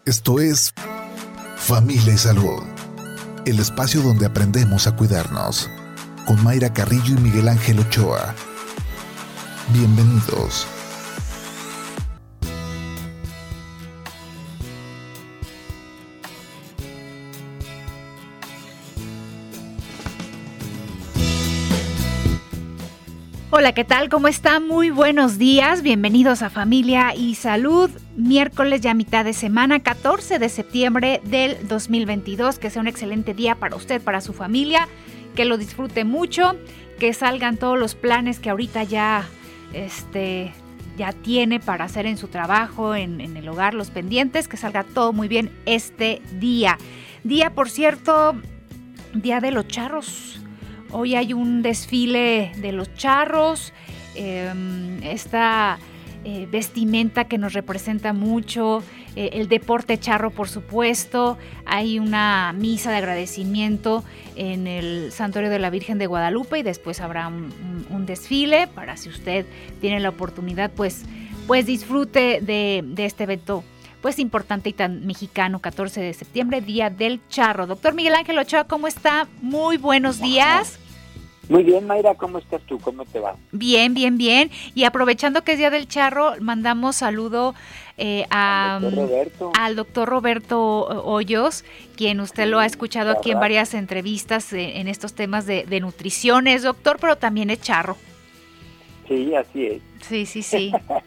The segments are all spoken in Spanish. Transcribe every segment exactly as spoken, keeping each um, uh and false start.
Esto es Familia y Salud, el espacio donde aprendemos a cuidarnos, con Mayra Carrillo y Miguel Ángel Ochoa. Bienvenidos. Hola, ¿qué tal? ¿Cómo está? Muy buenos días. Bienvenidos a Familia y Salud. Miércoles ya mitad de semana, catorce de septiembre del dos mil veintidós. Que sea un excelente día para usted, para su familia. Que lo disfrute mucho. Que salgan todos los planes que ahorita ya, este, ya tiene para hacer en su trabajo, en, en el hogar, los pendientes. Que salga todo muy bien este día. Día, por cierto, Día de los Charros. Hoy hay un desfile de los charros, eh, esta eh, vestimenta que nos representa mucho, eh, el deporte charro, por supuesto. Hay una misa de agradecimiento en el Santuario de la Virgen de Guadalupe y después habrá un, un, un desfile para, si usted tiene la oportunidad, pues, pues disfrute de, de este evento pues importante y tan mexicano, catorce de septiembre, Día del Charro. Doctor Miguel Ángel Ochoa, ¿cómo está? Muy buenos días. Muy bien, Mayra, ¿cómo estás tú? ¿Cómo te va? Bien, bien, bien. Y aprovechando que es Día del Charro, mandamos saludo eh, a, al doctor Roberto. al doctor Roberto Hoyos, quien usted lo ha escuchado aquí en varias entrevistas en, en estos temas de, de nutrición. Es doctor, pero también es charro. Sí, así es. Sí, sí, sí.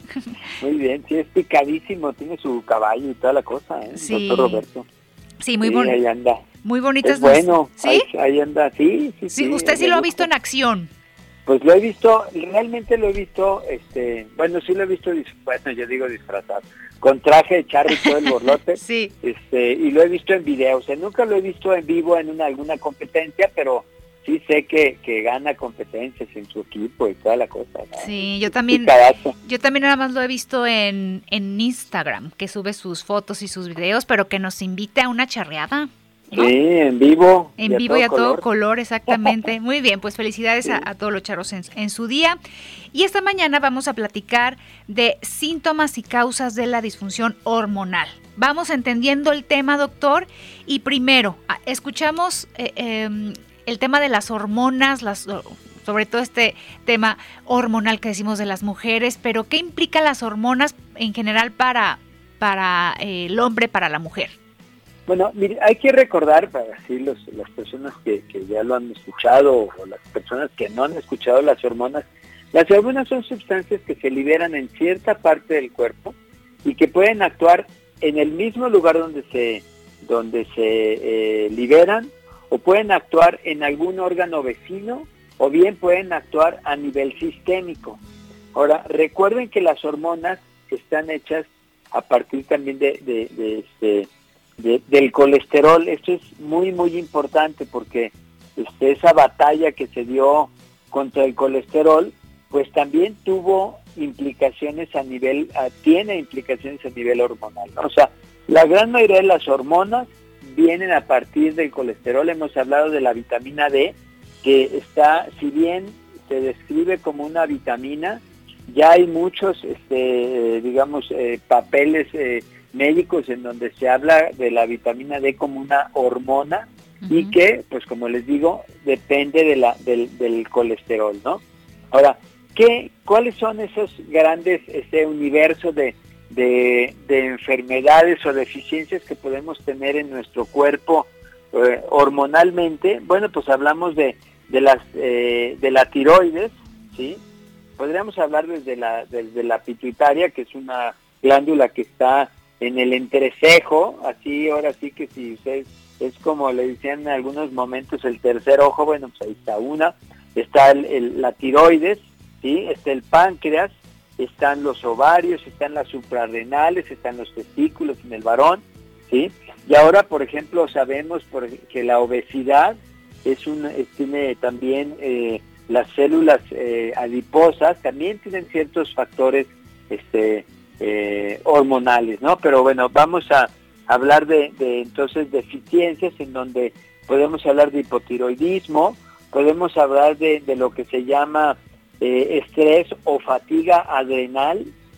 Muy bien, sí, es picadísimo, tiene su caballo y toda la cosa, ¿eh? Sí. Doctor Roberto. Sí, muy sí, bonito. Ahí anda. Muy bonitas. Es bueno, ¿Sí? Ahí, ahí anda, sí, sí, sí. sí. ¿Usted sí lo ha visto en acción? Pues lo he visto, realmente lo he visto, este, bueno, sí lo he visto, bueno, yo digo disfrazado, con traje de charro y todo el borlote. Sí. Este, y lo he visto en video, o sea, nunca lo he visto en vivo en una, alguna competencia, pero sí sé que, que gana competencias en su equipo y toda la cosa, ¿no? Sí, yo también, yo también nada más lo he visto en, en Instagram, que sube sus fotos y sus videos, pero que nos invite a una charreada, ¿no? Sí, en vivo. En y vivo y a todo color, color exactamente. Muy bien, pues felicidades sí. a, a todos los charros en, en su día. Y esta mañana vamos a platicar de síntomas y causas de la disfunción hormonal. Vamos entendiendo el tema, doctor, y primero, escuchamos eh, eh, el tema de las hormonas, las, sobre todo este tema hormonal que decimos de las mujeres, pero ¿qué implican las hormonas en general para, para eh, el hombre, para la mujer? Bueno, mire, hay que recordar, para así los, las personas que, que ya lo han escuchado o las personas que no han escuchado las hormonas, las hormonas son sustancias que se liberan en cierta parte del cuerpo y que pueden actuar en el mismo lugar donde se, donde se eh, liberan, o pueden actuar en algún órgano vecino, o bien pueden actuar a nivel sistémico. Ahora, recuerden que las hormonas están hechas a partir también de, de, de, este, de del colesterol. Esto es muy, muy importante porque este, esa batalla que se dio contra el colesterol, pues también tuvo implicaciones a nivel, uh, tiene implicaciones a nivel hormonal, ¿no? O sea, la gran mayoría de las hormonas vienen a partir del colesterol. Hemos hablado de la vitamina D, que está, si bien se describe como una vitamina, ya hay muchos, este, digamos, eh, papeles eh, médicos en donde se habla de la vitamina D como una hormona, uh-huh. y que, pues como les digo, depende de la, del, del colesterol, ¿no? Ahora, ¿qué, ¿cuáles son esos grandes, ese universo de De, de enfermedades o deficiencias que podemos tener en nuestro cuerpo eh, hormonalmente? Bueno, pues hablamos de de las eh, de la tiroides, ¿sí? Podríamos hablar desde la desde la pituitaria, que es una glándula que está en el entrecejo, así, ahora sí que si ustedes, es como le decían en algunos momentos el tercer ojo, bueno, pues ahí está una, está el, el, la tiroides, ¿sí? Está el páncreas, están los ovarios, están las suprarrenales, están los testículos en el varón, ¿sí? Y ahora, por ejemplo, sabemos por, que la obesidad es un, es, tiene también eh, las células eh, adiposas, también tienen ciertos factores este, eh, hormonales, ¿no? Pero bueno, vamos a hablar de, de entonces deficiencias en donde podemos hablar de hipotiroidismo, podemos hablar de, de lo que se llama Eh, estrés o fatiga adrenal,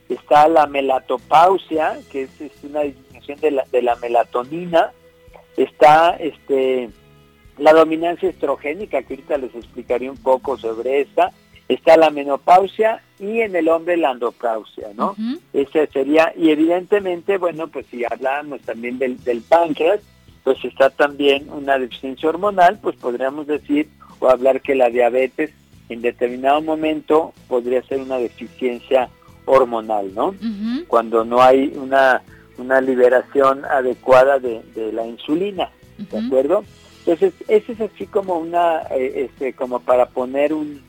está la melatopausia, que es, es una disminución de la, de la melatonina, está este la dominancia estrogénica, que ahorita les explicaré un poco sobre esta, está la menopausia y en el hombre la andropausia, ¿no? Uh-huh. Ese sería, y evidentemente, bueno, pues si hablamos también del, del páncreas, pues está también una deficiencia hormonal, pues podríamos decir o hablar que la diabetes en determinado momento podría ser una deficiencia hormonal, ¿no? Uh-huh. Cuando no hay una, una liberación adecuada de, de la insulina, uh-huh. ¿de acuerdo? Entonces, ese es así como una, eh, este, como para poner un,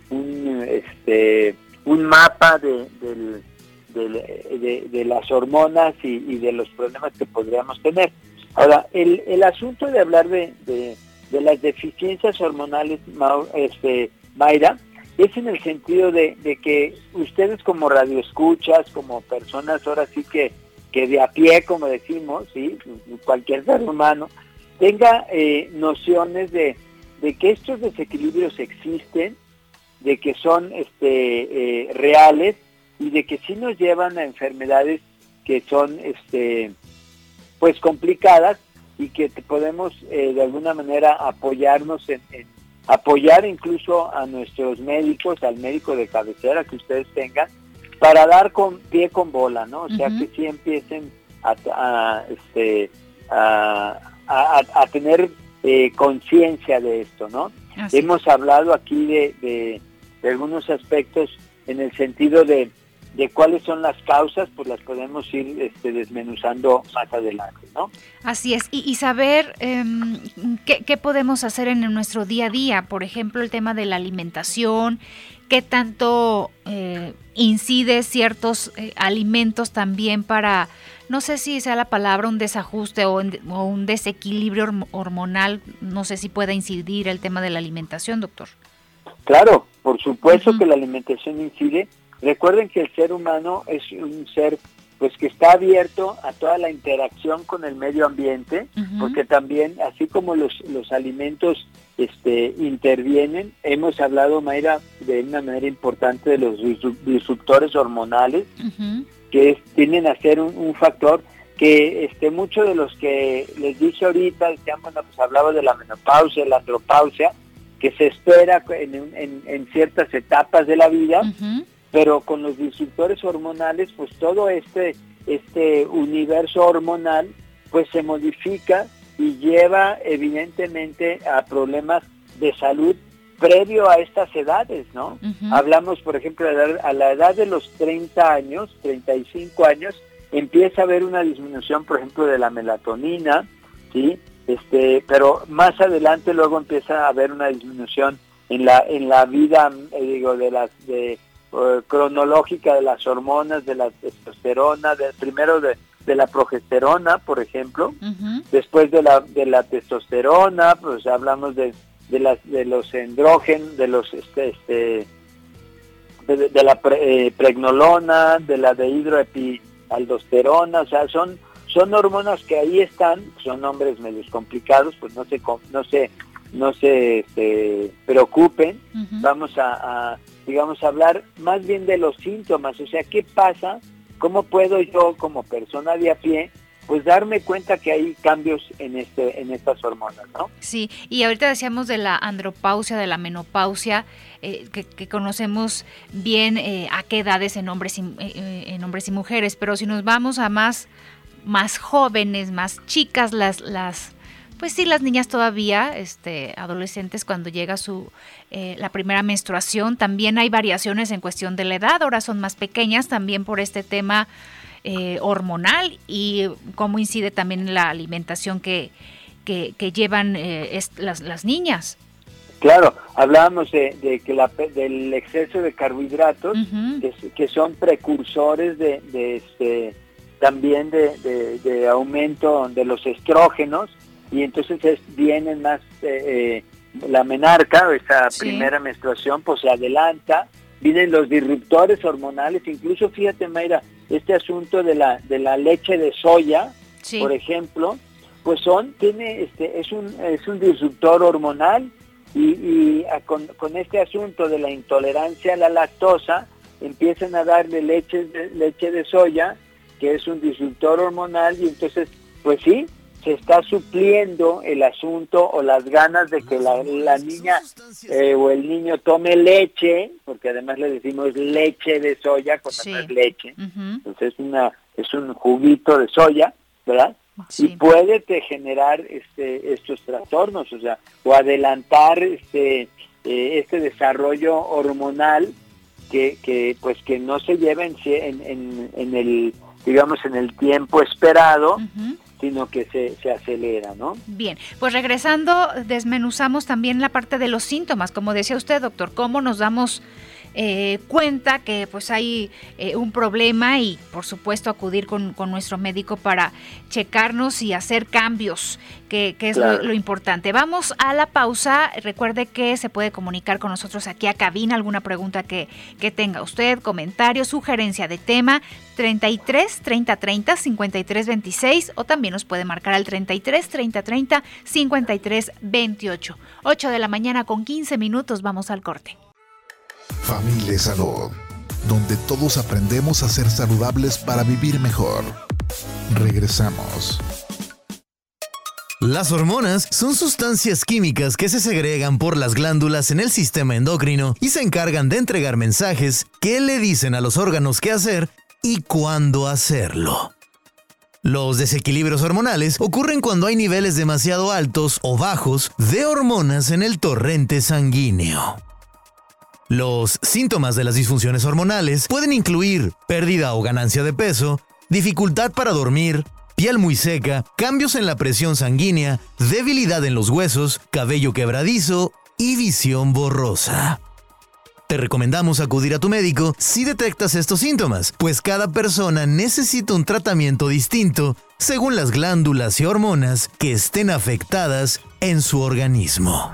un, este, un mapa de, de, de, de, de las hormonas y, y de los problemas que podríamos tener. Ahora, el, el asunto de hablar de, de, de las deficiencias hormonales, este, Mayra, es en el sentido de, de que ustedes como radioescuchas, como personas ahora sí que, que de a pie, como decimos, ¿sí? Cualquier ser humano, tenga eh, nociones de, de que estos desequilibrios existen, de que son este, eh, reales y de que sí nos llevan a enfermedades que son este, pues complicadas y que podemos eh, de alguna manera apoyarnos en, en apoyar incluso a nuestros médicos, al médico de cabecera que ustedes tengan, para dar con pie con bola, ¿no? O sea, uh-huh. que sí empiecen a, a, este, a, a, a tener eh, conciencia de esto, ¿no? Así. Hemos hablado aquí de, de, de algunos aspectos en el sentido de, de cuáles son las causas, pues las podemos ir este, desmenuzando más adelante, ¿no? Así es, y, y saber eh, qué, qué podemos hacer en nuestro día a día, por ejemplo, el tema de la alimentación, qué tanto eh, incide ciertos eh, alimentos también para, no sé si sea la palabra, un desajuste o, en, o un desequilibrio hormonal, no sé si pueda incidir el tema de la alimentación, doctor. Claro, por supuesto uh-huh. que la alimentación incide. Recuerden que el ser humano es un ser pues que está abierto a toda la interacción con el medio ambiente, uh-huh. porque también, así como los, los alimentos este, intervienen, hemos hablado, Mayra, de una manera importante de los disruptores hormonales, uh-huh. que es, tienden a ser un, un factor que este, muchos de los que les dije ahorita, decían, bueno, pues hablaba de la menopausia, la andropausia, que se espera en, en, en ciertas etapas de la vida, uh-huh. pero con los disruptores hormonales, pues todo este, este universo hormonal, pues se modifica y lleva evidentemente a problemas de salud previo a estas edades, ¿no? Uh-huh. Hablamos, por ejemplo, a la, a la edad de los treinta años, treinta y cinco años, empieza a haber una disminución, por ejemplo, de la melatonina, ¿sí? Este, pero más adelante luego empieza a haber una disminución en la en la vida, eh, digo, de las de uh, cronológica de las hormonas, de la testosterona, de, primero de, de la progesterona, por ejemplo, uh-huh. después de la de la testosterona, pues hablamos de de las de los andrógenos, de los este este de, de la pre, eh, pregnolona, de la dehidroepialdosterona, o sea, son son hormonas que ahí están, son nombres medios complicados, pues no se no se no se, se preocupen. Uh-huh. Vamos a, a digamos a hablar más bien de los síntomas, o sea, ¿qué pasa? ¿Cómo puedo yo como persona de a pie pues darme cuenta que hay cambios en este en estas hormonas, ¿no? Sí, y ahorita decíamos de la andropausia, de la menopausia, eh, que, que conocemos bien eh, a qué edades en hombres y, eh, en hombres y mujeres, pero si nos vamos a más más jóvenes, más chicas, las las pues sí, las niñas todavía, este, adolescentes, cuando llega su eh, la primera menstruación, también hay variaciones en cuestión de la edad, ahora son más pequeñas también por este tema eh, hormonal y cómo incide también la alimentación que, que, que llevan eh, est- las, las niñas. Claro, hablábamos de, de que la, del exceso de carbohidratos, uh-huh. que, que son precursores de, de este también de, de, de aumento de los estrógenos, y entonces es, vienen más eh, eh, la menarca, esa sí. primera menstruación, pues se adelanta, vienen los disruptores hormonales, incluso fíjate, Mayra, este asunto de la de la leche de soya, sí. por ejemplo, pues son tiene este es un es un disruptor hormonal y, y a, con, con este asunto de la intolerancia a la lactosa, empiezan a darle leche de, leche de soya, que es un disruptor hormonal, y entonces, pues sí, se está supliendo el asunto o las ganas de que la, la niña eh, o el niño tome leche, porque además le decimos leche de soya cuando sí. no es leche, uh-huh. entonces es, una, es un juguito de soya, ¿verdad? Sí. Y puede te generar este, estos trastornos, o sea, o adelantar este, eh, este desarrollo hormonal que, que pues que no se lleva en, en, en el, digamos, en el tiempo esperado, uh-huh. sino que se, se acelera, ¿no? Bien, pues regresando, desmenuzamos también la parte de los síntomas, como decía usted, doctor, cómo nos damos eh, cuenta que pues hay eh, un problema y por supuesto acudir con, con nuestro médico para checarnos y hacer cambios, que, que es claro. lo, lo importante. Vamos a la pausa. Recuerde que se puede comunicar con nosotros aquí a cabina, alguna pregunta que, que tenga usted, comentario, sugerencia de tema, treinta y tres, treinta, treinta, cincuenta y tres, veintiséis, o también nos puede marcar al treinta y tres, treinta, treinta, cincuenta y tres, veintiocho. ocho de la mañana con quince minutos, vamos al corte. Familia y Salud, donde todos aprendemos a ser saludables para vivir mejor. Regresamos. Las hormonas son sustancias químicas que se segregan por las glándulas en el sistema endocrino y se encargan de entregar mensajes que le dicen a los órganos qué hacer y cuándo hacerlo. Los desequilibrios hormonales ocurren cuando hay niveles demasiado altos o bajos de hormonas en el torrente sanguíneo. Los síntomas de las disfunciones hormonales pueden incluir pérdida o ganancia de peso, dificultad para dormir, piel muy seca, cambios en la presión sanguínea, debilidad en los huesos, cabello quebradizo y visión borrosa. Te recomendamos acudir a tu médico si detectas estos síntomas, pues cada persona necesita un tratamiento distinto según las glándulas y hormonas que estén afectadas en su organismo.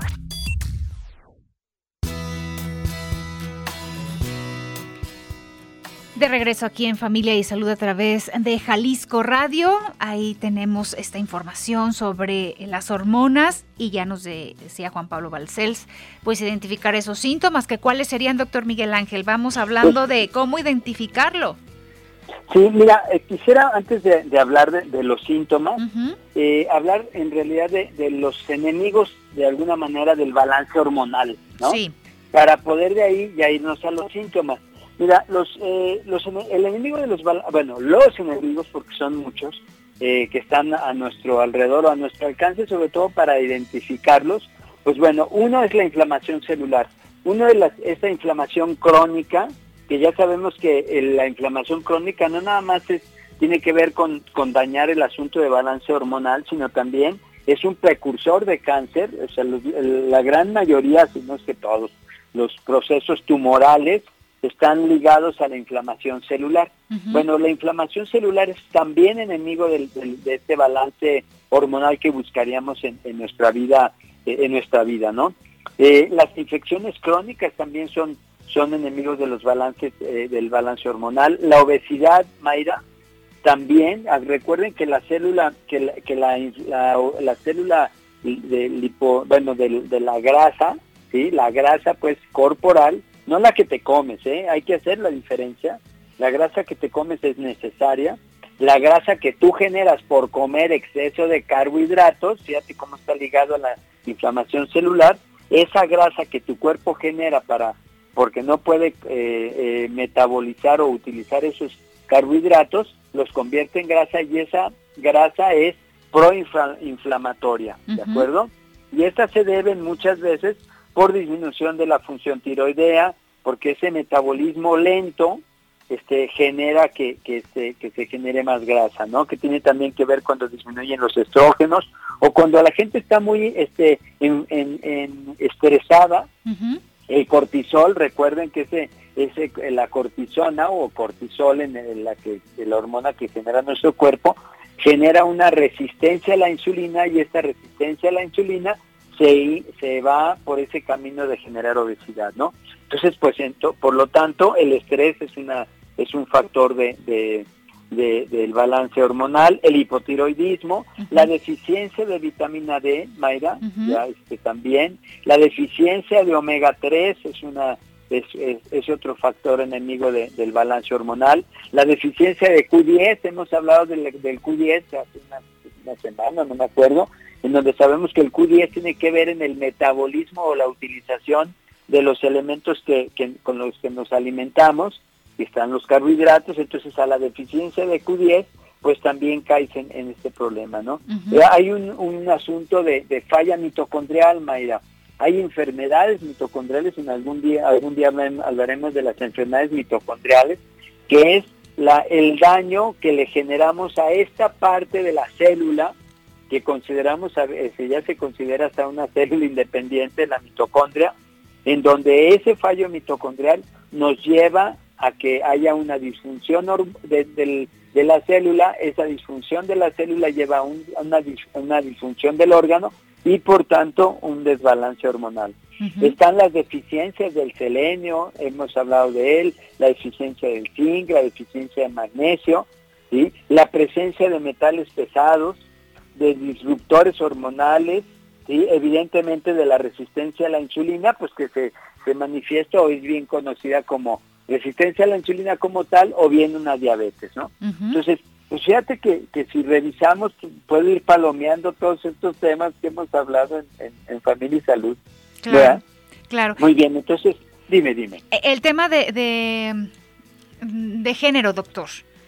De regreso aquí en Familia y Salud a través de Jalisco Radio. Ahí tenemos esta información sobre las hormonas y ya nos de, decía Juan Pablo Balcells, pues identificar esos síntomas, que cuáles serían, doctor Miguel Ángel. Vamos hablando de cómo identificarlo. Sí, mira, eh, quisiera antes de, de hablar de, de los síntomas, uh-huh. eh, hablar en realidad de, de los enemigos de alguna manera del balance hormonal, ¿no? Sí. Para poder de ahí ya irnos a los síntomas. Mira, los, eh, los el enemigo de los bueno, los enemigos, porque son muchos, eh, que están a nuestro alrededor o a nuestro alcance, sobre todo para identificarlos, pues bueno, uno es la inflamación celular. Uno de las, esta inflamación crónica, que ya sabemos que el, la inflamación crónica no nada más es, tiene que ver con, con dañar el asunto de balance hormonal, sino también es un precursor de cáncer. O sea, los, la gran mayoría, si no es que todos, los procesos tumorales están ligados a la inflamación celular. Uh-huh. Bueno, la inflamación celular es también enemigo del, del, de este balance hormonal que buscaríamos en, en nuestra vida, eh, en nuestra vida, ¿no? Eh, las infecciones crónicas también son, son enemigos de los balances, eh, del balance hormonal. La obesidad, Mayra, también. Ah, recuerden que la célula, que la, que la, la, la célula de lipo, bueno, de, de la grasa, sí, la grasa pues corporal, no la que te comes, ¿eh? Hay que hacer la diferencia. La grasa que te comes es necesaria. La grasa que tú generas por comer exceso de carbohidratos, fíjate cómo está ligado a la inflamación celular, esa grasa que tu cuerpo genera para, porque no puede eh, eh, metabolizar o utilizar esos carbohidratos, los convierte en grasa y esa grasa es proinflamatoria, ¿de uh-huh. acuerdo? Y estas se deben muchas veces por disminución de la función tiroidea, porque ese metabolismo lento este, genera que, que, se, que se genere más grasa, ¿no? Que tiene también que ver cuando disminuyen los estrógenos o cuando la gente está muy este, en, en, en estresada. Uh-huh. El cortisol, recuerden que ese, ese la cortisona o cortisol, en, en la que en la hormona que genera nuestro cuerpo, genera una resistencia a la insulina y esta resistencia a la insulina Se, se va por ese camino de generar obesidad, ¿no? Entonces, pues, ento, por lo tanto, el estrés es una es un factor de, de, de del balance hormonal, el hipotiroidismo, uh-huh. la deficiencia de vitamina D, Mayra, uh-huh. ya este también, la deficiencia de omega tres es una es, es, es otro factor enemigo de, del balance hormonal. La deficiencia de Q diez, hemos hablado del, del Q diez hace una, una semana, no me acuerdo, en donde sabemos que el Q diez tiene que ver en el metabolismo o la utilización de los elementos que, que con los que nos alimentamos, que están los carbohidratos. Entonces a la deficiencia de Q diez, pues también caes en, en este problema, ¿no? Uh-huh. Hay un, un asunto de, de falla mitocondrial, Mayra. Hay enfermedades mitocondriales, en algún día algún día hablaremos de las enfermedades mitocondriales, que es la, el daño que le generamos a esta parte de la célula, que consideramos, que ya se considera hasta una célula independiente, la mitocondria, en donde ese fallo mitocondrial nos lleva a que haya una disfunción de, de, de la célula. Esa disfunción de la célula lleva a un, una, una disfunción del órgano y por tanto un desbalance hormonal. Uh-huh. Están las deficiencias del selenio, hemos hablado de él, la deficiencia del zinc, la deficiencia de magnesio, ¿sí? La presencia de metales pesados, de disruptores hormonales, ¿sí? Evidentemente de la resistencia a la insulina, pues que se, se manifiesta o es bien conocida como resistencia a la insulina como tal, o bien una diabetes, ¿no? Uh-huh. Entonces, pues fíjate que, que si revisamos, puedo ir palomeando todos estos temas que hemos hablado en, en, en Familia y Salud. Claro, ¿verdad? Claro. Muy bien, entonces, dime, dime. El tema de, de, de género, doctor.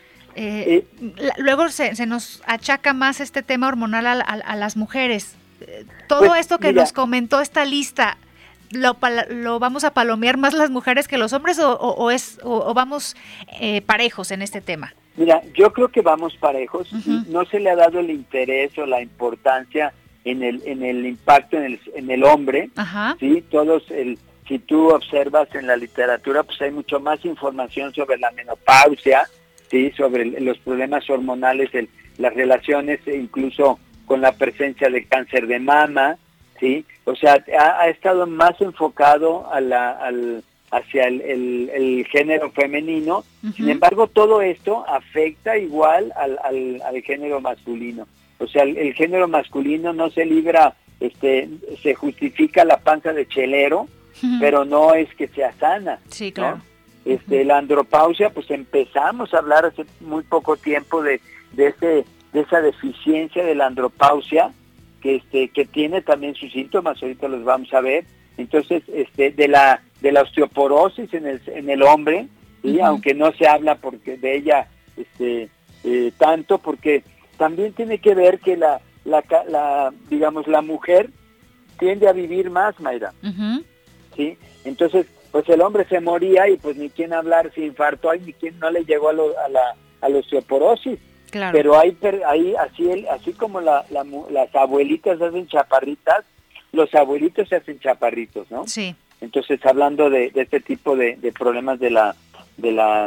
Eh, eh, luego se, se nos achaca más este tema hormonal a, a, a las mujeres. Todo pues, esto que mira, nos comentó esta lista, ¿lo, lo vamos a palomear más las mujeres que los hombres o, o, o, es, o, o vamos eh, parejos en este tema? Mira, yo creo que vamos parejos. Uh-huh. No se le ha dado el interés o la importancia en el en el impacto en el en el hombre. Uh-huh. Sí, todos el si tú observas en la literatura, pues hay mucho más información sobre la menopausia, sí, sobre el, los problemas hormonales, el, las relaciones, incluso con la presencia de cáncer de mama, sí. O sea, ha, ha estado más enfocado a la al hacia el, el, el género femenino. Uh-huh. Sin embargo, todo esto afecta igual al, al, al género masculino. O sea, el, el género masculino no se libra, este, se justifica la panza de chelero, uh-huh. pero no es que sea sana. Sí, claro. ¿no? Este, uh-huh. La andropausia, pues empezamos a hablar hace muy poco tiempo de, de, ese, de esa deficiencia de la andropausia, que, este, que tiene también sus síntomas, ahorita los vamos a ver. Entonces, este, de la de la osteoporosis en el en el hombre, ¿sí? Uh-huh. Aunque no se habla porque de ella este eh, tanto, porque también tiene que ver que la la, la digamos la mujer tiende a vivir más, Mayra. Uh-huh. ¿Sí? Entonces, pues el hombre se moría y pues ni quién hablar si infarto hay, ni quién no le llegó a, lo, a la a la osteoporosis. Claro. Pero hay hay así el, así como la, la las abuelitas hacen chaparritas, los abuelitos se hacen chaparritos, ¿no? Sí. Entonces, hablando de, de este tipo de, de problemas de la de la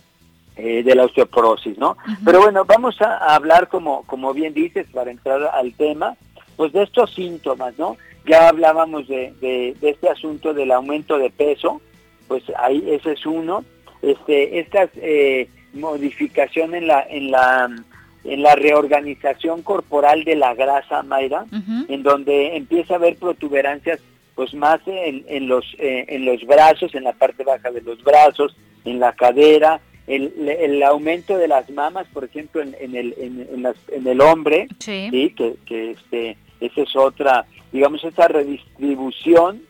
eh, de la osteoporosis, ¿no? Uh-huh. Pero bueno, vamos a, a hablar, como como bien dices, para entrar al tema, pues de estos síntomas, ¿no? Ya hablábamos de, de, de este asunto del aumento de peso, pues ahí ese es uno. Este, estas eh, modificación en la en la en la reorganización corporal de la grasa, Mayra, uh-huh. en donde empieza a haber protuberancias, pues más en, en los eh, en los brazos, en la parte baja de los brazos, en la cadera, el, el aumento de las mamas, por ejemplo, en, en el en, en, las, en el hombre, sí, ¿sí? que, que este esa es otra, digamos, esa redistribución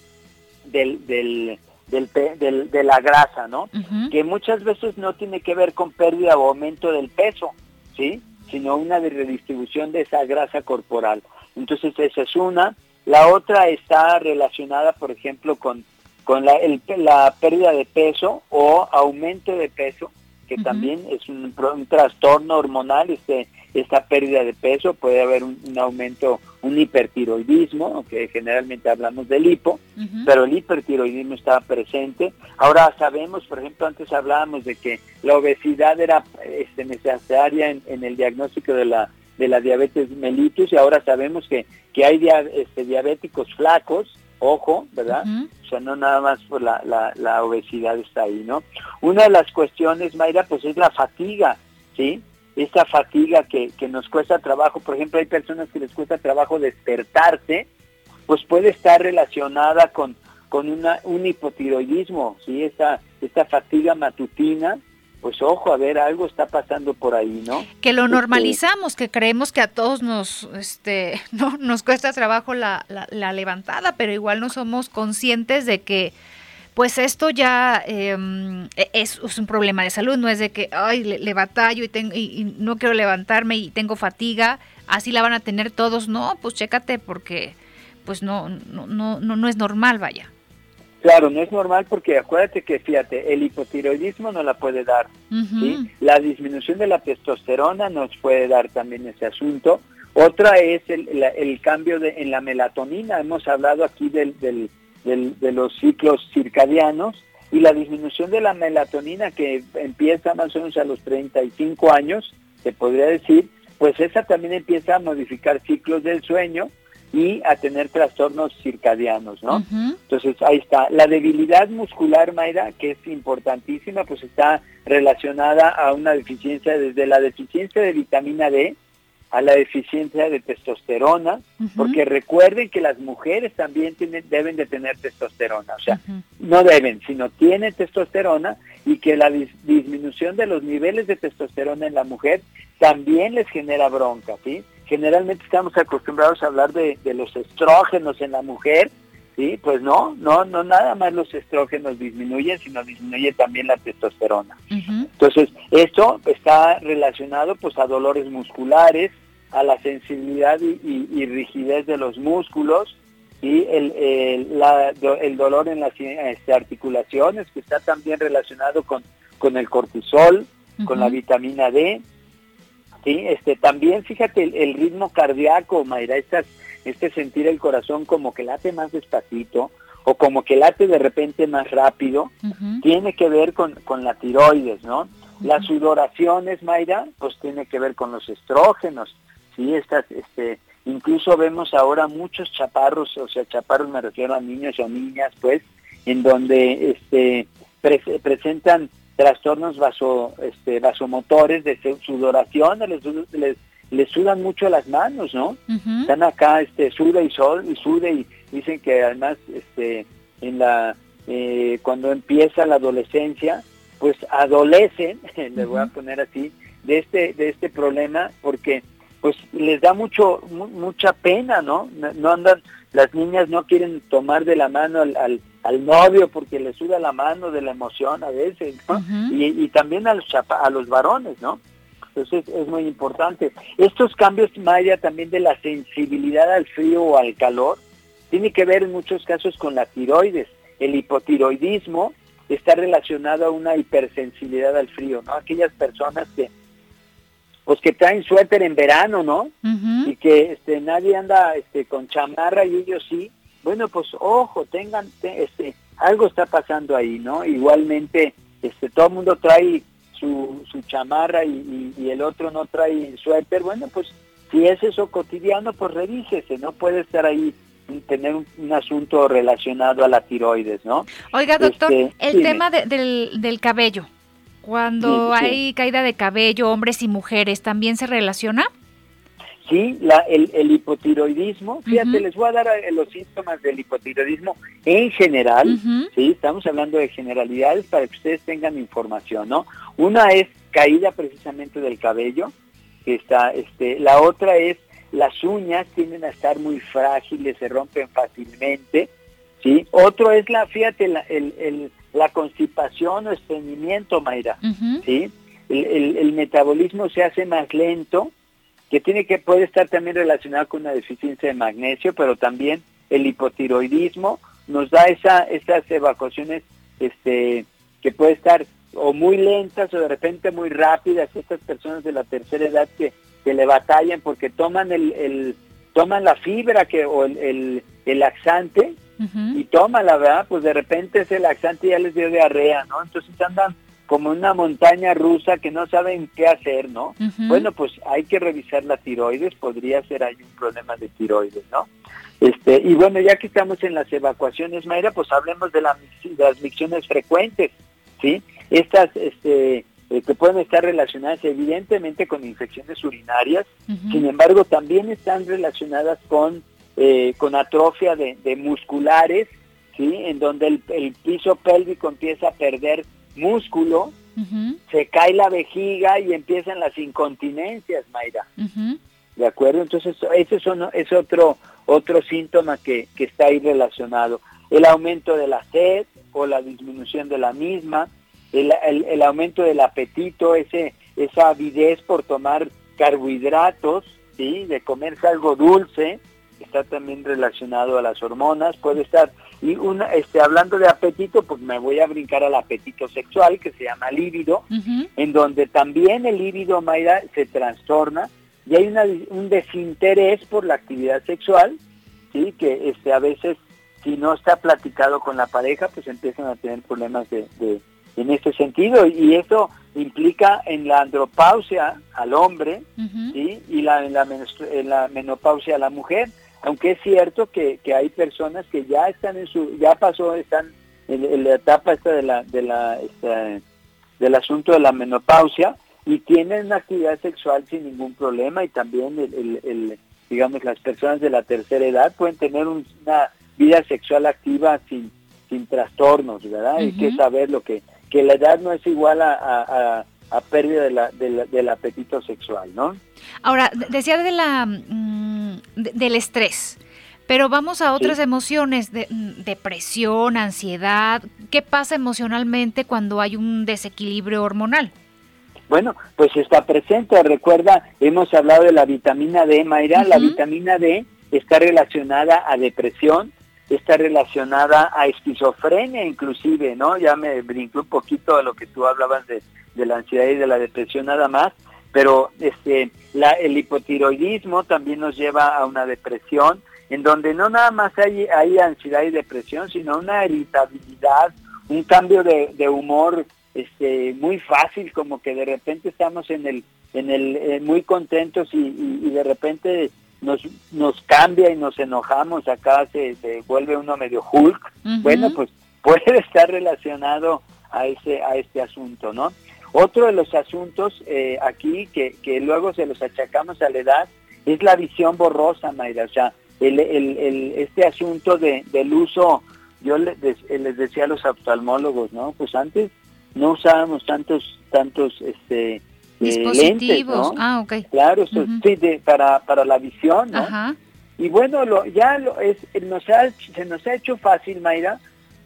del del del, del de la grasa, ¿no? Uh-huh. Que muchas veces no tiene que ver con pérdida o aumento del peso, ¿sí? Sino una de redistribución de esa grasa corporal. Entonces esa es una. La otra está relacionada, por ejemplo, con, con la, el, la pérdida de peso o aumento de peso, que uh-huh. también es un, un trastorno hormonal. Este, esta pérdida de peso, puede haber un, un aumento, un hipertiroidismo, aunque generalmente hablamos del hipo, uh-huh. pero el hipertiroidismo está presente. Ahora sabemos, por ejemplo, antes hablábamos de que la obesidad era este, necesaria en, en el diagnóstico de la de la diabetes mellitus, y ahora sabemos que, que hay dia, este, diabéticos flacos, ojo, ¿verdad? Uh-huh. O sea, no nada más por la, la, la obesidad está ahí, ¿no? Una de las cuestiones, Mayra, pues es la fatiga, ¿sí? Esta fatiga que, que nos cuesta trabajo. Por ejemplo, hay personas que les cuesta trabajo despertarse, pues puede estar relacionada con, con una, un hipotiroidismo, ¿sí? Esta, esta fatiga matutina, pues ojo, a ver, algo está pasando por ahí, ¿no? Que lo Este, normalizamos, que creemos que a todos nos este no nos cuesta trabajo la, la, la levantada, pero igual no somos conscientes de que pues esto ya eh, es, es un problema de salud, no es de que ay le, le batallo y, tengo, y, y no quiero levantarme y tengo fatiga, así la van a tener todos, no, pues chécate porque pues no, no, no, no, no es normal, vaya. Claro, no es normal porque acuérdate que, fíjate, el hipotiroidismo no la puede dar, uh-huh. ¿sí? La disminución de la testosterona nos puede dar también ese asunto. Otra es el, la, el cambio de, en la melatonina. Hemos hablado aquí del, del, del, de los ciclos circadianos y la disminución de la melatonina que empieza más o menos a los treinta y cinco años, se podría decir, pues esa también empieza a modificar ciclos del sueño y a tener trastornos circadianos, ¿no? Uh-huh. Entonces, ahí está. La debilidad muscular, Mayra, que es importantísima, pues está relacionada a una deficiencia, desde la deficiencia de vitamina D a la deficiencia de testosterona, uh-huh. porque recuerden que las mujeres también tienen, deben de tener testosterona, o sea, uh-huh. no deben, sino tienen testosterona, y que la dis- disminución de los niveles de testosterona en la mujer también les genera bronca, ¿sí? Generalmente estamos acostumbrados a hablar de, de los estrógenos en la mujer, ¿sí? Pues no, no, no nada más los estrógenos disminuyen, sino disminuye también la testosterona. Uh-huh. Entonces, esto está relacionado pues a dolores musculares, a la sensibilidad y, y, y rigidez de los músculos, y el, el, la, el dolor en las este, articulaciones, que está también relacionado con, con el cortisol, uh-huh. con la vitamina D. Sí, este, también fíjate el, el ritmo cardíaco, Mayra, estas, este sentir el corazón como que late más despacito o como que late de repente más rápido, uh-huh. tiene que ver con, con la tiroides, ¿no? Uh-huh. Las sudoraciones, Mayra, pues tiene que ver con los estrógenos, sí, estas, este, incluso vemos ahora muchos chaparros, o sea, chaparros me refiero a niños o niñas, pues, en donde este pre- presentan trastornos vaso, este, vasomotores de sudoración, les, les, les sudan mucho las manos, ¿no? Uh-huh. Están acá, este, suda y sol, y sude, y dicen que además, este, en la, eh, cuando empieza la adolescencia, pues adolecen, uh-huh. le voy a poner así, de este, de este problema, porque, pues, les da mucho, mu- mucha pena, ¿no? No, no andan, las niñas no quieren tomar de la mano al, al al novio porque le suda la mano de la emoción a veces, ¿no? Uh-huh. Y, y también a los chapa, a los varones, ¿no? Entonces es muy importante. Estos cambios, Maya, también de la sensibilidad al frío o al calor, tiene que ver en muchos casos con la tiroides. El hipotiroidismo está relacionado a una hipersensibilidad al frío, ¿no? Aquellas personas que pues que traen suéter en verano, ¿no? Uh-huh. Y que este nadie anda este con chamarra y ellos sí. Bueno, pues ojo, tengan, te, este, algo está pasando ahí, ¿no? Igualmente, este, todo el mundo trae su, su chamarra y, y, y el otro no trae suéter. Bueno, pues si es eso cotidiano, pues revísese, no puede estar ahí tener un, un asunto relacionado a la tiroides, ¿no? Oiga, doctor, este, el dime. tema de, del, del cabello, cuando sí, sí. hay caída de cabello, hombres y mujeres, ¿también se relaciona? Sí, la, el, el hipotiroidismo, fíjate, uh-huh. les voy a dar los síntomas del hipotiroidismo en general, uh-huh. sí, estamos hablando de generalidades para que ustedes tengan información, ¿no? Una es caída precisamente del cabello, que está, este, la otra es las uñas tienden a estar muy frágiles, se rompen fácilmente, sí. Otro es la, fíjate, la, el, el, la constipación o estreñimiento, Mayra, uh-huh. sí. El, el, el metabolismo se hace más lento, que tiene que puede estar también relacionado con una deficiencia de magnesio, pero también el hipotiroidismo nos da esa esas evacuaciones este que puede estar o muy lentas o de repente muy rápidas. Estas personas de la tercera edad que, que le batallan porque toman el, el toman la fibra que o el, el, el laxante uh-huh. y toman la verdad, pues de repente ese laxante ya les dio diarrea, ¿no? Entonces andan como una montaña rusa que no saben qué hacer, ¿no? Uh-huh. Bueno, pues hay que revisar la tiroides, podría ser ahí un problema de tiroides, ¿no? Este, y bueno, ya que estamos en las evacuaciones, Mayra, pues hablemos de, la, de las micciones frecuentes, ¿sí? Estas, este, eh, que pueden estar relacionadas evidentemente con infecciones urinarias, uh-huh. sin embargo, también están relacionadas con, eh, con atrofia de, de musculares, ¿sí? En donde el, el piso pélvico empieza a perder músculo, uh-huh. se cae la vejiga y empiezan las incontinencias, Mayra. Uh-huh. ¿De acuerdo? Entonces, ese es, uno, es otro, otro síntoma que, que está ahí relacionado. El aumento de la sed o la disminución de la misma, el, el, el aumento del apetito, ese, esa avidez por tomar carbohidratos, ¿sí? De comerse algo dulce, está también relacionado a las hormonas, puede estar, y una, este, hablando de apetito, pues me voy a brincar al apetito sexual, que se llama líbido, uh-huh. en donde también el líbido, Mayra, se trastorna, y hay una, un desinterés por la actividad sexual, sí, que este, a veces, si no está platicado con la pareja, pues empiezan a tener problemas de, de en este sentido, y eso implica en la andropausia al hombre, uh-huh. ¿sí? y la, en, la menstru- en la menopausia a la mujer, aunque es cierto que, que hay personas que ya están en su, ya pasó, están en, en la etapa esta de la, de la, esta, del asunto de la menopausia, y tienen una actividad sexual sin ningún problema, y también el, el, el digamos las personas de la tercera edad pueden tener un, una vida sexual activa sin, sin trastornos, ¿verdad? Uh-huh. Hay que saber lo que que la edad no es igual a, a, a pérdida de la, de la, del apetito sexual, ¿no? Ahora, decía de la mmm, de, del estrés, pero vamos a otras sí. emociones, de, depresión, ansiedad. ¿Qué pasa emocionalmente cuando hay un desequilibrio hormonal? Bueno, pues está presente. Recuerda, hemos hablado de la vitamina D, Mayra. Uh-huh. La vitamina D está relacionada a depresión, está relacionada a esquizofrenia inclusive, ¿no? Ya me brinqué un poquito a lo que tú hablabas de, de la ansiedad y de la depresión nada más, pero este la, el hipotiroidismo también nos lleva a una depresión, en donde no nada más hay, hay ansiedad y depresión, sino una irritabilidad, un cambio de, de humor este muy fácil, como que de repente estamos en el, en el eh, muy contentos y, y, y de repente Nos, nos cambia y nos enojamos, acá se, se vuelve uno medio Hulk. Uh-huh. Bueno, pues puede estar relacionado a ese a este asunto, ¿no? Otro de los asuntos eh, aquí que, que luego se los achacamos a la edad es la visión borrosa, Mayra. O sea, el, el, el, este asunto de, del uso, yo les, les decía a los oftalmólogos, ¿no? Pues antes no usábamos tantos, tantos, este... dispositivos, lentes, ¿no? Ah, ok. Claro, eso, uh-huh. sí, de, para, para la visión, ¿no? Ajá. Y bueno, lo, ya lo es, nos ha, se nos ha hecho fácil, Mayra,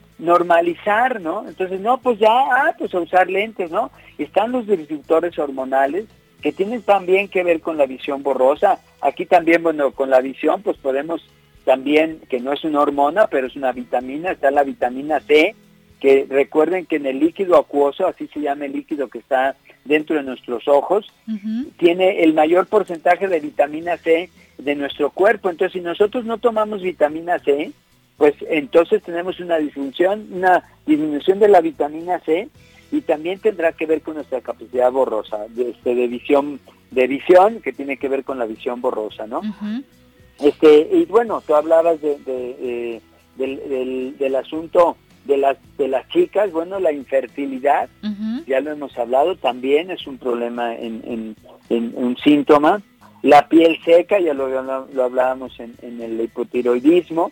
normalizar, ¿no? Entonces, no, pues ya, ah, pues a usar lentes, ¿no? Están los disruptores hormonales que tienen también que ver con la visión borrosa. Aquí también, bueno, con la visión, pues podemos también, que no es una hormona, pero es una vitamina, está la vitamina C, que recuerden que en el líquido acuoso, así se llama el líquido que está dentro de nuestros ojos, uh-huh. tiene el mayor porcentaje de vitamina C de nuestro cuerpo. Entonces, si nosotros no tomamos vitamina C, pues entonces tenemos una disfunción, una disminución de la vitamina C, y también tendrá que ver con nuestra capacidad borrosa, de, este, de visión, de visión, que tiene que ver con la visión borrosa, ¿no? Uh-huh. Este, y bueno, tú hablabas de, de, de, del, del, del asunto de las de las chicas, bueno, la infertilidad, uh-huh. ya lo hemos hablado, también es un problema, en, en, en un síntoma. La piel seca, ya lo, lo hablábamos en, en el hipotiroidismo.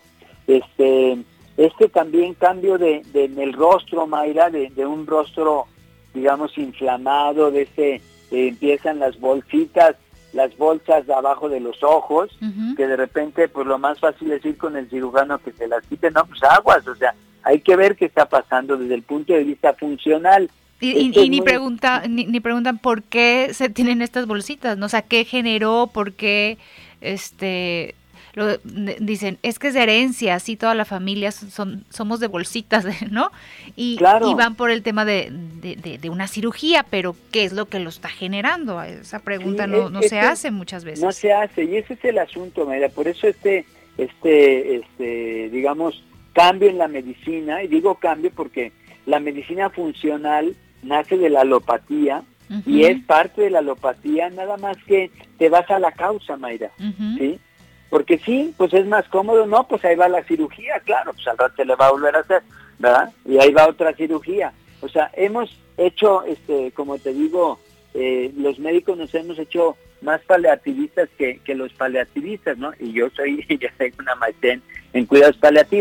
Este, este también cambio de, de en el rostro, Mayra, de, de un rostro, digamos, inflamado, de ese, eh, empiezan las bolsitas, las bolsas de abajo de los ojos, uh-huh. que de repente, pues lo más fácil es ir con el cirujano que se las quite, no, pues aguas, o sea, hay que ver qué está pasando desde el punto de vista funcional. Y, y, y ni, muy... pregunta, ni, ni preguntan por qué se tienen estas bolsitas, ¿no? O sea, ¿qué generó? ¿Por qué? Este, lo, dicen, es que es de herencia, sí, toda la familia son, somos de bolsitas, ¿no? Y, claro. y van por el tema de, de, de, de una cirugía, pero ¿qué es lo que lo está generando? Esa pregunta sí, no, no este, se hace muchas veces. No se hace, y ese es el asunto, Mayra. Por eso este, este, este, digamos, cambio en la medicina, y digo cambio porque la medicina funcional nace de la alopatía, uh-huh. y es parte de la alopatía, nada más que te vas a la causa, Mayra, uh-huh. ¿sí? Porque sí, pues es más cómodo, no, pues ahí va la cirugía, claro, pues al rato se le va a volver a hacer, ¿verdad? Y ahí va otra cirugía. O sea, hemos hecho, este, como te digo, eh, los médicos nos hemos hecho más paliativistas que, que los paliativistas, ¿no? Y yo soy, ya tengo una maestría en, en cuidados paliativos.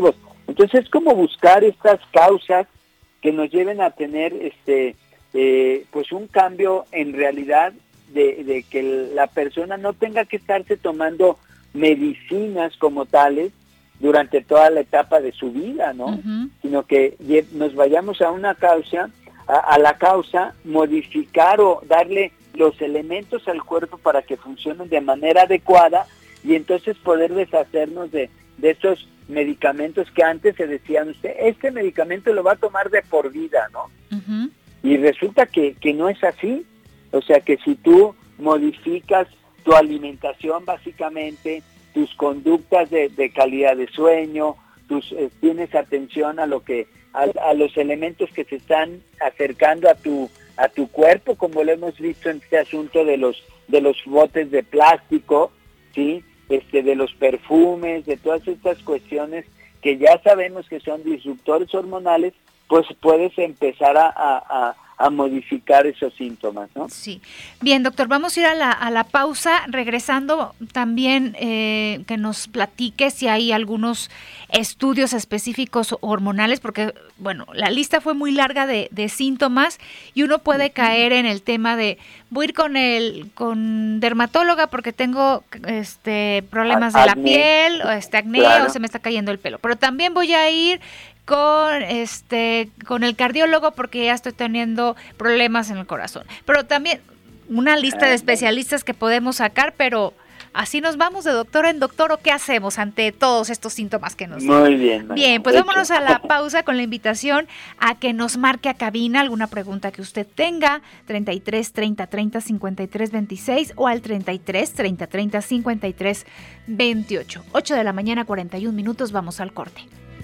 Entonces es como buscar estas causas que nos lleven a tener este eh, pues un cambio en realidad de, de que la persona no tenga que estarse tomando medicinas como tales durante toda la etapa de su vida, ¿no? Uh-huh. Sino que nos vayamos a una causa, a, a la causa, modificar o darle los elementos al cuerpo para que funcionen de manera adecuada y entonces poder deshacernos de, de esos medicamentos que antes se decían, usted, este medicamento lo va a tomar de por vida, ¿no? Uh-huh. Y resulta que, que no es así. O sea que si tú modificas tu alimentación básicamente, tus conductas de, de calidad de sueño, tus, eh, tienes atención a lo que a, a los elementos que se están acercando a tu a tu cuerpo, como lo hemos visto en este asunto de los de los botes de plástico, sí, este de los perfumes, de todas estas cuestiones que ya sabemos que son disruptores hormonales, pues puedes empezar a, a, a a modificar esos síntomas, ¿no? Sí. Bien, doctor, vamos a ir a la, a la pausa, regresando también eh, que nos platique si hay algunos estudios específicos hormonales, porque, bueno, la lista fue muy larga de, de síntomas y uno puede uh-huh. caer en el tema de, voy a ir con el con dermatóloga porque tengo este problemas a, de la acné. piel, o este acné, claro. o se me está cayendo el pelo, pero también voy a ir con este con el cardiólogo porque ya estoy teniendo problemas en el corazón. Pero también una lista de especialistas que podemos sacar, pero así nos vamos de doctor en doctor, ¿o qué hacemos ante todos estos síntomas que nos dan? Muy bien. Bien, pues vámonos a la pausa con la invitación a que nos marque a cabina alguna pregunta que usted tenga, treinta y tres, treinta, treinta, cincuenta y tres, veintiséis o al treinta y tres, treinta, treinta, cincuenta y tres, veintiocho. ocho de la mañana, cuarenta y un minutos, vamos al corte.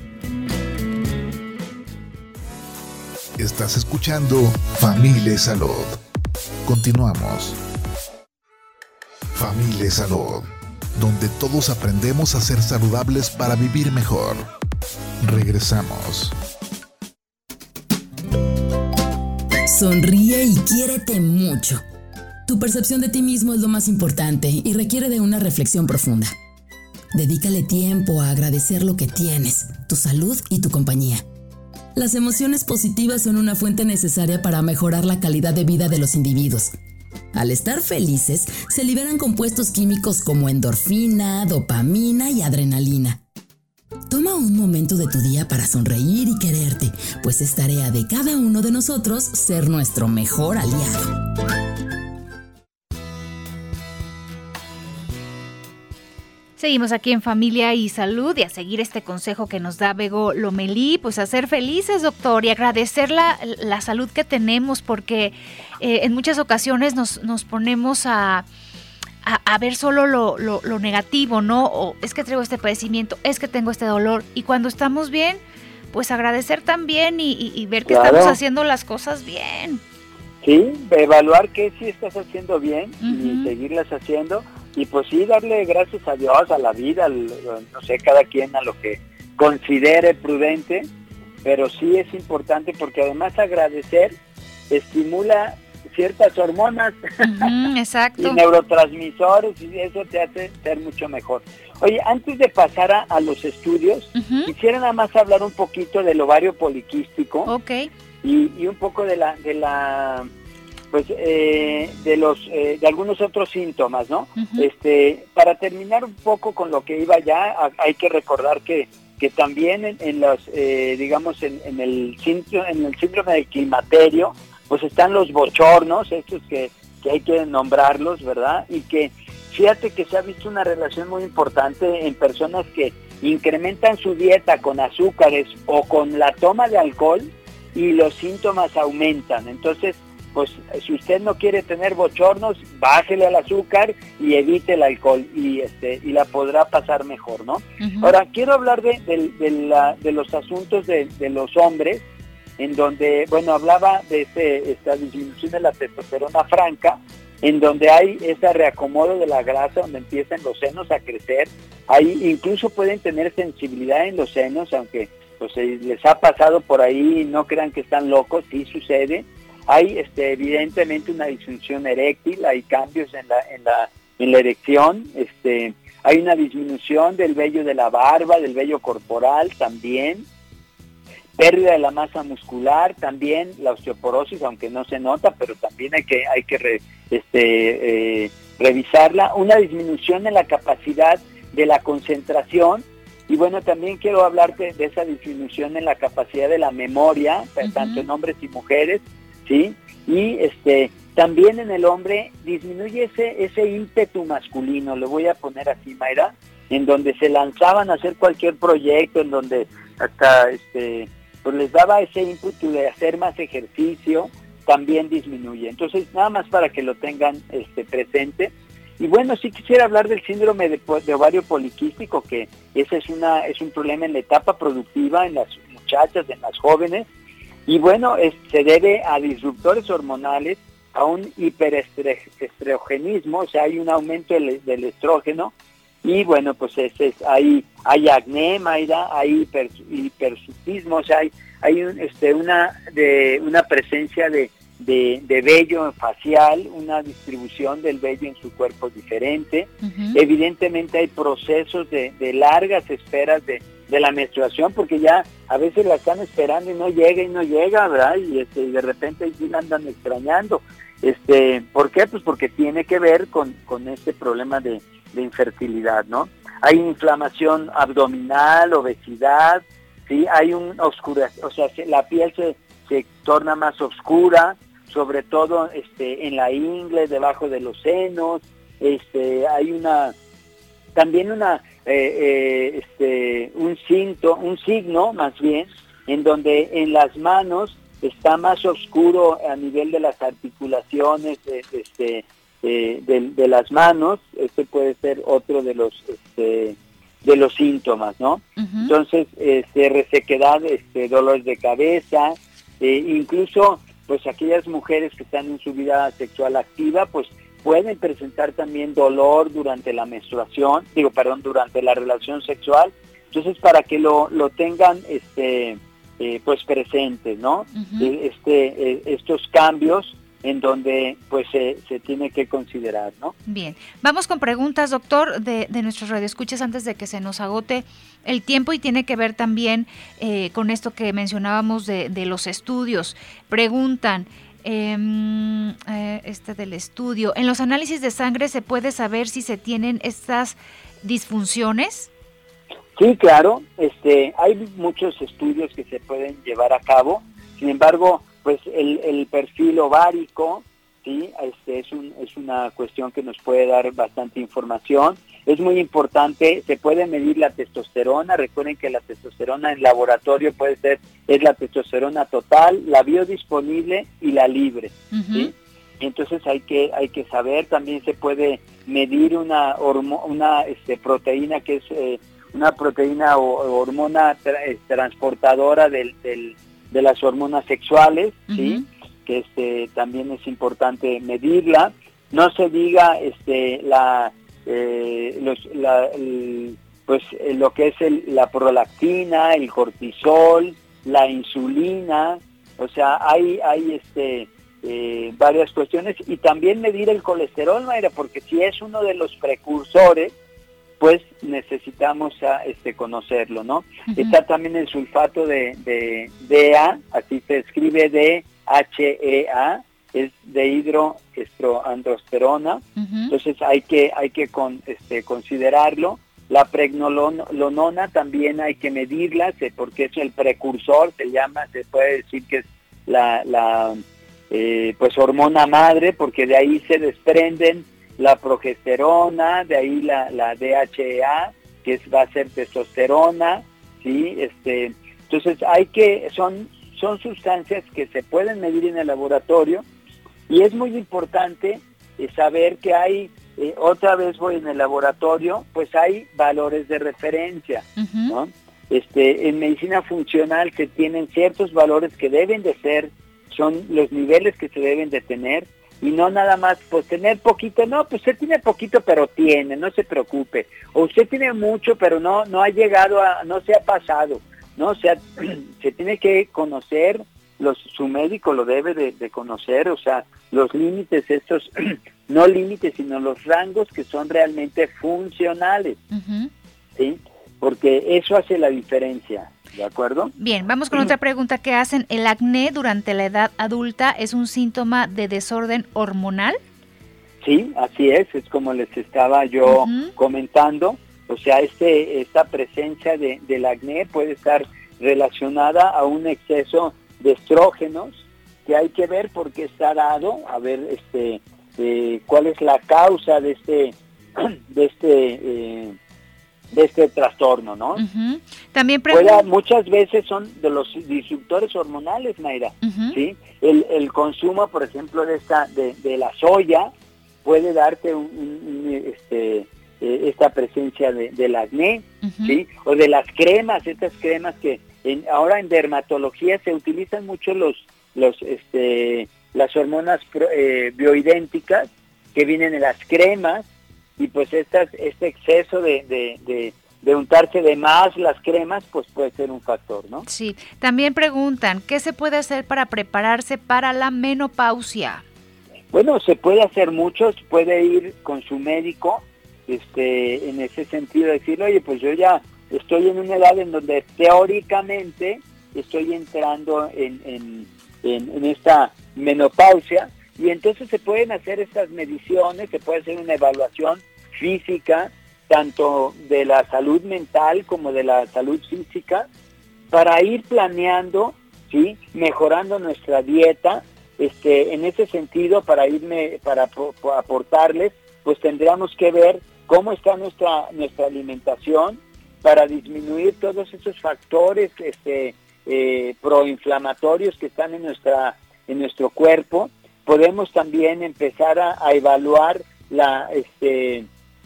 Estás escuchando Familia y Salud. Continuamos. Familia y Salud, donde todos aprendemos a ser saludables para vivir mejor. Regresamos. Sonríe y quiérete mucho. Tu percepción de ti mismo es lo más importante y requiere de una reflexión profunda. Dedícale tiempo a agradecer lo que tienes, tu salud y tu compañía. Las emociones positivas son una fuente necesaria para mejorar la calidad de vida de los individuos. Al estar felices, se liberan compuestos químicos como endorfina, dopamina y adrenalina. Toma un momento de tu día para sonreír y quererte, pues es tarea de cada uno de nosotros ser nuestro mejor aliado. Seguimos aquí en Familia y Salud y a seguir este consejo que nos da Bego Lomelí, pues a ser felices, doctor, y agradecer la, la salud que tenemos, porque eh, en muchas ocasiones nos, nos ponemos a, a, a ver solo lo, lo, lo negativo, ¿no? O es que traigo este padecimiento, es que tengo este dolor, y cuando estamos bien, pues agradecer también y, y, y ver que claro. estamos haciendo las cosas bien. Sí, evaluar que sí estás haciendo bien uh-huh. y seguirlas haciendo. Y pues sí, darle gracias a Dios, a la vida, al, no sé, cada quien a lo que considere prudente, pero sí es importante porque además agradecer estimula ciertas hormonas uh-huh, exacto. y neurotransmisores y eso te hace ser mucho mejor. Oye, antes de pasar a, a los estudios, uh-huh. quisiera nada más hablar un poquito del ovario poliquístico okay. y, y un poco de la... de la pues eh, de los eh, de algunos otros síntomas, ¿no? Uh-huh. Este, para terminar un poco con lo que iba ya, a, hay que recordar que que también en, en los eh, digamos en, en el síndrome, en el síndrome del climaterio, pues están los bochornos, estos que que hay que nombrarlos, ¿verdad? Y que fíjate que se ha visto una relación muy importante en personas que incrementan su dieta con azúcares o con la toma de alcohol y los síntomas aumentan. Entonces, pues si usted no quiere tener bochornos, bájele al azúcar y evite el alcohol y este y la podrá pasar mejor, ¿no? Uh-huh. Ahora, quiero hablar de, de, de, la, de los asuntos de, de los hombres, en donde, bueno, hablaba de este, esta disminución de la testosterona franca, en donde hay ese reacomodo de la grasa, donde empiezan los senos a crecer. Ahí incluso pueden tener sensibilidad en los senos, aunque pues les ha pasado por ahí, no crean que están locos, sí sucede. Hay este, evidentemente una disfunción eréctil, hay cambios en la, en la, en la erección, este, hay una disminución del vello de la barba, del vello corporal también, pérdida de la masa muscular, también la osteoporosis, aunque no se nota, pero también hay que, hay que re, este, eh, revisarla, una disminución en la capacidad de la concentración, y bueno, también quiero hablarte de esa disminución en la capacidad de la memoria, uh-huh. tanto en hombres y mujeres, ¿sí? Y este también en el hombre disminuye ese, ese ímpetu masculino, lo voy a poner así, Mayra, en donde se lanzaban a hacer cualquier proyecto, en donde hasta este pues les daba ese ímpetu de hacer más ejercicio, también disminuye. Entonces, nada más para que lo tengan este presente. Y bueno, sí quisiera hablar del síndrome de, de ovario poliquístico, que ese es una es un problema en la etapa productiva, en las muchachas, en las jóvenes, y bueno, es, se debe a disruptores hormonales, a un hiperestrogenismo, o sea, hay un aumento del, del estrógeno, y bueno, pues es, es, hay, hay acné, Mayra, hay hiper, hipersutismo, o sea, hay, hay un, este, una, de, una presencia de, de, de vello facial, una distribución del vello en su cuerpo diferente. Uh-huh. Evidentemente hay procesos de, de largas esperas de, de la menstruación, porque ya a veces la están esperando y no llega y no llega, ¿verdad? Y, este, y de repente sí la andan extrañando. Este, ¿por qué? Pues porque tiene que ver con, con este problema de de infertilidad, ¿no? Hay inflamación abdominal, obesidad, ¿sí? Hay un oscura, o sea, la piel se, se torna más oscura, sobre todo este, en la ingle, debajo de los senos, este, hay una, también una, eh, eh, este, un signo, un signo más bien, en donde en las manos está más oscuro a nivel de las articulaciones, eh, este, Eh, de, de las manos. Este puede ser otro de los este, de los síntomas, ¿no? Uh-huh. Entonces, este, resequedad, este, dolores de cabeza, eh, incluso, pues aquellas mujeres que están en su vida sexual activa, pues pueden presentar también dolor durante la menstruación, digo, perdón, durante la relación sexual. Entonces, para que lo, lo tengan, este, eh, pues presentes, ¿no? Uh-huh. Este, eh, estos cambios en donde pues se, se tiene que considerar, ¿no? Bien, vamos con preguntas, doctor, de, de nuestros radioescuchas antes de que se nos agote el tiempo, y tiene que ver también eh, con esto que mencionábamos de, de los estudios. Preguntan, eh, eh, este del estudio, ¿en los análisis de sangre se puede saber si se tienen estas disfunciones? Sí, claro, este, hay muchos estudios que se pueden llevar a cabo, sin embargo, pues el, el perfil ovárico, sí, este es un es una cuestión que nos puede dar bastante información. Es muy importante, se puede medir la testosterona. Recuerden que la testosterona en laboratorio puede ser, es la testosterona total, la biodisponible y la libre, uh-huh. ¿sí? Entonces hay que hay que saber, también se puede medir una hormo, una este, proteína que es eh, una proteína o, o hormona tra- transportadora del, del de las hormonas sexuales, uh-huh. ¿sí? Que este también es importante medirla. No se diga este la eh, los la el, pues eh, lo que es el, la prolactina, el cortisol, la insulina, o sea, hay hay este eh, varias cuestiones, y también medir el colesterol, Mayra, porque si es uno de los precursores, pues necesitamos a, este conocerlo, ¿no? Uh-huh. Está también el sulfato de, de D A, así se escribe D H E A, es dehidroestroandrosterona, uh-huh. Entonces hay que hay que con, este, considerarlo. La pregnolonona también hay que medirla, porque es el precursor, se llama, se puede decir que es la, la eh, pues hormona madre, porque de ahí se desprenden la progesterona, de ahí la, la D H E A, que es, va a ser testosterona, ¿sí? Este, entonces hay que, son, son sustancias que se pueden medir en el laboratorio, y es muy importante eh, saber que hay, eh, otra vez voy en el laboratorio, pues hay valores de referencia, uh-huh. ¿no? Este, en medicina funcional se tienen ciertos valores que deben de ser, son los niveles que se deben de tener, y no nada más, pues tener poquito, no, pues usted tiene poquito, pero tiene, no se preocupe, o usted tiene mucho, pero no no ha llegado a, no se ha pasado, ¿no? O sea, se tiene que conocer, los, su médico lo debe de, de conocer, o sea, los límites estos no límites, sino los rangos que son realmente funcionales, uh-huh. ¿sí? Porque eso hace la diferencia, ¿de acuerdo? Bien, vamos con otra pregunta que hacen. ¿El acné durante la edad adulta es un síntoma de desorden hormonal? Sí, así es, es como les estaba yo uh-huh. comentando. O sea, este esta presencia de, del acné puede estar relacionada a un exceso de estrógenos, que hay que ver por qué está dado, a ver este eh, cuál es la causa de este de este eh, de este trastorno, ¿no? Uh-huh. También pregun- Pueda, muchas veces son de los disruptores hormonales, Mayra, uh-huh. ¿sí? El, el consumo, por ejemplo, de esta de, de la soya puede darte un, un, un, este eh, esta presencia de, del acné, uh-huh. ¿sí? O de las cremas, estas cremas que en, ahora en dermatología se utilizan mucho los los este las hormonas pro, eh, bioidénticas que vienen en las cremas. Y pues estas, este exceso de, de, de, de untarse de más las cremas, pues puede ser un factor, ¿no? Sí, también preguntan, ¿qué se puede hacer para prepararse para la menopausia? Bueno, se puede hacer mucho, se puede ir con su médico, este, en ese sentido, decirle, oye, pues yo ya estoy en una edad en donde teóricamente estoy entrando en, en, en, en esta menopausia, y entonces se pueden hacer estas mediciones, se puede hacer una evaluación física, tanto de la salud mental como de la salud física, para ir planeando, ¿sí? Mejorando nuestra dieta. Este, en ese sentido, para irme, para aportarles, pues tendríamos que ver cómo está nuestra nuestra alimentación para disminuir todos esos factores este, eh, proinflamatorios que están en nuestra en nuestro cuerpo. Podemos también empezar a, a evaluar la este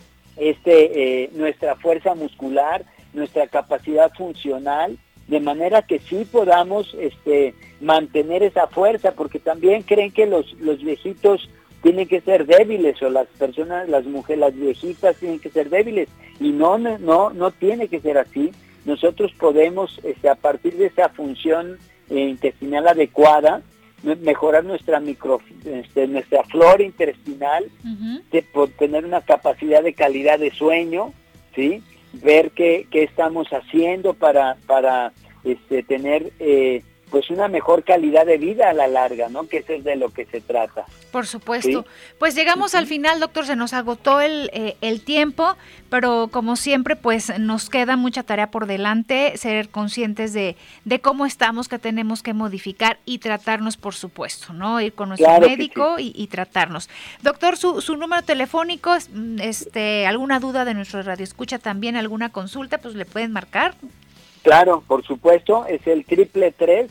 este eh, nuestra fuerza muscular, nuestra capacidad funcional, de manera que sí podamos este mantener esa fuerza, porque también creen que los los viejitos tienen que ser débiles, o las personas, las mujeres, las viejitas tienen que ser débiles, y no no no tiene que ser así. Nosotros podemos este, a partir de esa función eh, intestinal adecuada, mejorar nuestra micro, este, nuestra flora intestinal, uh-huh. de, por tener una capacidad de calidad de sueño, ¿sí? Ver qué, qué estamos haciendo para para este, tener eh, pues una mejor calidad de vida a la larga, ¿no? Que eso es de lo que se trata. Por supuesto. ¿Sí? Pues llegamos uh-huh. al final, doctor, se nos agotó el, eh, el tiempo, pero como siempre, pues nos queda mucha tarea por delante, ser conscientes de, de cómo estamos, que tenemos que modificar y tratarnos, por supuesto, ¿no? Ir con nuestro claro médico sí. y, y tratarnos. Doctor, su, su número telefónico, este, alguna duda de nuestro radioescucha también, alguna consulta, pues le pueden marcar. Claro, por supuesto, es el triple tres,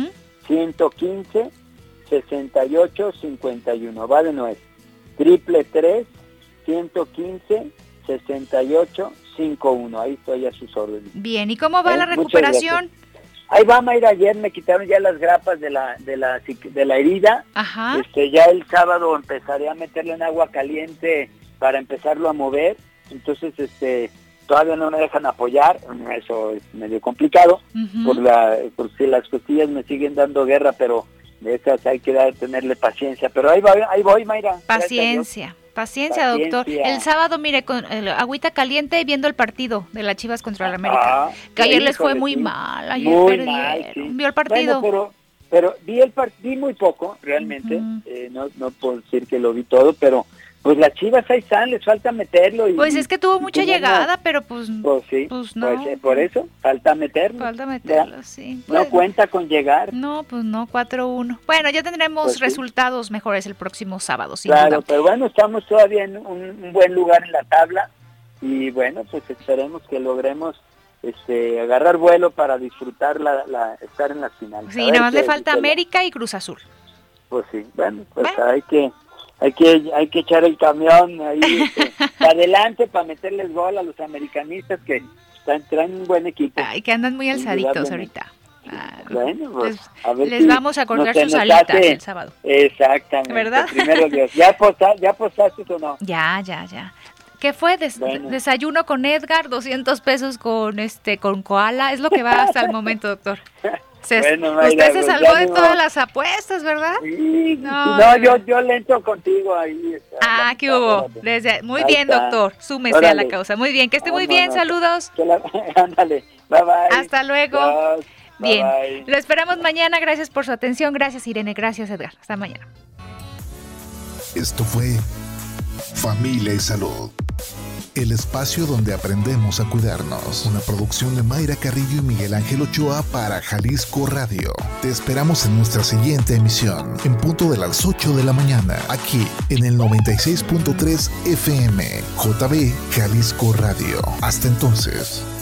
ciento quince, sesenta y ocho, cincuenta y uno. Va de nuevo. Triple tres, ciento quince, sesenta y ocho, cincuenta y uno. Ahí estoy a sus órdenes. Bien, ¿y cómo va ¿Eh? la recuperación? Ahí va, Mayra. Ayer me quitaron ya las grapas de la de la de la herida. Ajá. Este, ya el sábado empezaré a meterle en agua caliente para empezarlo a mover. Entonces, este, todavía no me dejan apoyar, eso es medio complicado, uh-huh. por la por si las costillas me siguen dando guerra, pero de esas hay que dar, tenerle paciencia. Pero ahí voy, ahí voy, Mayra. Paciencia, paciencia, paciencia, doctor. El sábado, mire, con el agüita caliente viendo el partido de las Chivas contra la América, ah, que ayer les fue muy sí. mal, ayer muy perdieron. Mal, sí. ¿Vio el partido? Bueno, pero, pero vi el part- vi muy poco, realmente, uh-huh. eh, no, no puedo decir que lo vi todo, pero pues las Chivas ahí están, les falta meterlo. Y, pues es que tuvo mucha llegada, no, pero pues, pues, sí, pues no. Pues, eh, por eso, falta meterlo. Falta meterlo, ¿ya? Sí. No pues, cuenta con llegar. No, pues no, cuatro uno. Bueno, ya tendremos pues, resultados sí. mejores el próximo sábado, sin Claro, duda. Pero bueno, estamos todavía en un, un buen lugar en la tabla y bueno, pues esperemos que logremos este agarrar vuelo para disfrutar la, la estar en las finales. Sí, nada más le falta América y Cruz Azul. Pues sí, bueno, pues bueno. hay que... Hay que hay que echar el camión ahí este, para adelante para meterles gol a los americanistas que están, traen un buen equipo. Ay, que andan muy alzaditos ahorita. Ah, bueno, pues, les, a ver les si vamos a colgar sus alitas hace... el sábado. Exactamente. ¿Verdad? Primero Dios. ¿Ya apostaste, ya apostaste o no? Ya, ya, ya. ¿Qué fue? Des- bueno. Desayuno con Edgar, doscientos pesos con este con Koala. Es lo que va hasta el momento, doctor. Se, bueno, Mayra, usted se pues, salvó de no. todas las apuestas, ¿verdad? Sí, no, no, yo, yo le entro contigo ahí. Está, ah, ¿qué hubo? Desde, muy ahí bien, está. doctor. Súmese Órale. a la causa. Muy bien, que esté No, muy no, bien. no, Saludos. que la, ándale, bye bye. Hasta luego. Dios, Bien, bye, bye. lo esperamos mañana. Gracias por su atención. Gracias, Irene. Gracias, Edgar. Hasta mañana. Esto fue Familia y Salud, el espacio donde aprendemos a cuidarnos. Una producción de Mayra Carrillo y Miguel Ángel Ochoa para Jalisco Radio. Te esperamos en nuestra siguiente emisión, en punto de las ocho de la mañana, aquí en el noventa y seis punto tres F M, J B Jalisco Radio. Hasta entonces.